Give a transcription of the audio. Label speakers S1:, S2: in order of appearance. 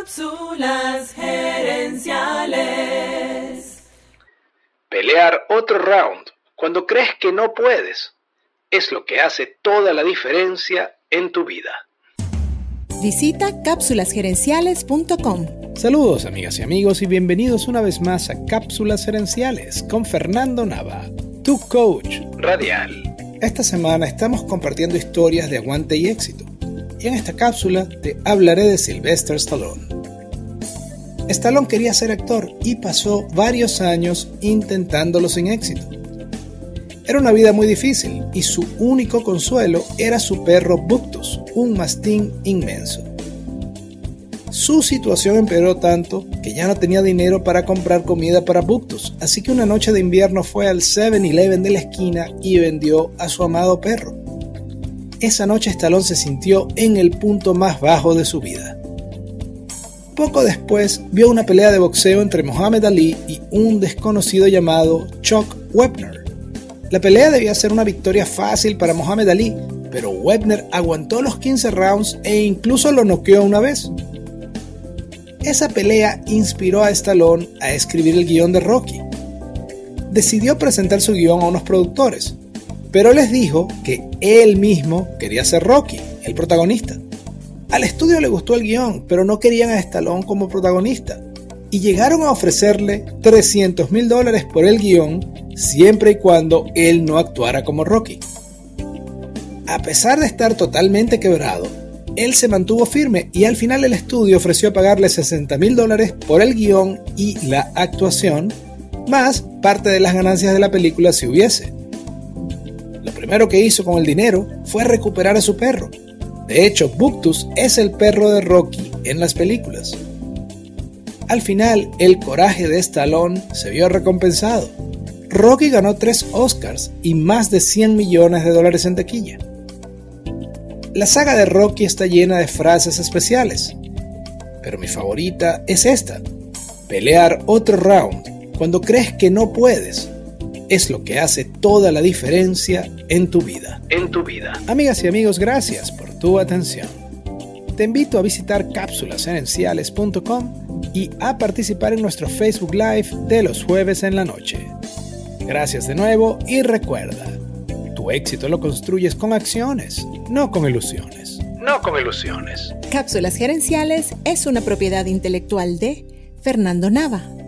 S1: Cápsulas gerenciales.
S2: Pelear otro round cuando crees que no puedes es lo que hace toda la diferencia en tu vida.
S3: Visita cápsulasgerenciales.com.
S4: Saludos amigas y amigos y bienvenidos una vez más a Cápsulas Gerenciales con Fernando Nava, tu coach
S2: radial.
S4: Esta semana estamos compartiendo historias de aguante y éxito. Y en esta cápsula te hablaré de Sylvester Stallone. Stallone quería ser actor y pasó varios años intentándolo sin éxito. Era una vida muy difícil y su único consuelo era su perro Buctus, un mastín inmenso. Su situación empeoró tanto que ya no tenía dinero para comprar comida para Buctus, así que una noche de invierno fue al 7-Eleven de la esquina y vendió a su amado perro. Esa noche Stallone se sintió en el punto más bajo de su vida. Poco después vio una pelea de boxeo entre Muhammad Ali y un desconocido llamado Chuck Wepner. La pelea debía ser una victoria fácil para Muhammad Ali, pero Wepner aguantó los 15 rounds e incluso lo noqueó una vez. Esa pelea inspiró a Stallone a escribir el guión de Rocky. Decidió presentar su guión a unos productores, pero les dijo que él mismo quería ser Rocky, el protagonista. Al estudio le gustó el guión, pero no querían a Stallone como protagonista, y llegaron a ofrecerle $300,000 por el guión, siempre y cuando él no actuara como Rocky. A pesar de estar totalmente quebrado, él se mantuvo firme y al final el estudio ofreció pagarle $60,000 por el guión y la actuación, más parte de las ganancias de la película si hubiese. Lo primero que hizo con el dinero fue recuperar a su perro. De hecho, Buctus es el perro de Rocky en las películas. Al final, el coraje de Stallone se vio recompensado. Rocky ganó 3 Oscars y más de $100 millones en taquilla. La saga de Rocky está llena de frases especiales, pero mi favorita es esta: pelear otro round cuando crees que no puedes es lo que hace toda la diferencia en tu vida. Amigas y amigos, gracias por tu atención. Te invito a visitar cápsulasgerenciales.com y a participar en nuestro Facebook Live de los jueves en la noche. Gracias de nuevo y recuerda, tu éxito lo construyes con acciones, no con ilusiones.
S3: Cápsulas Gerenciales es una propiedad intelectual de Fernando Nava.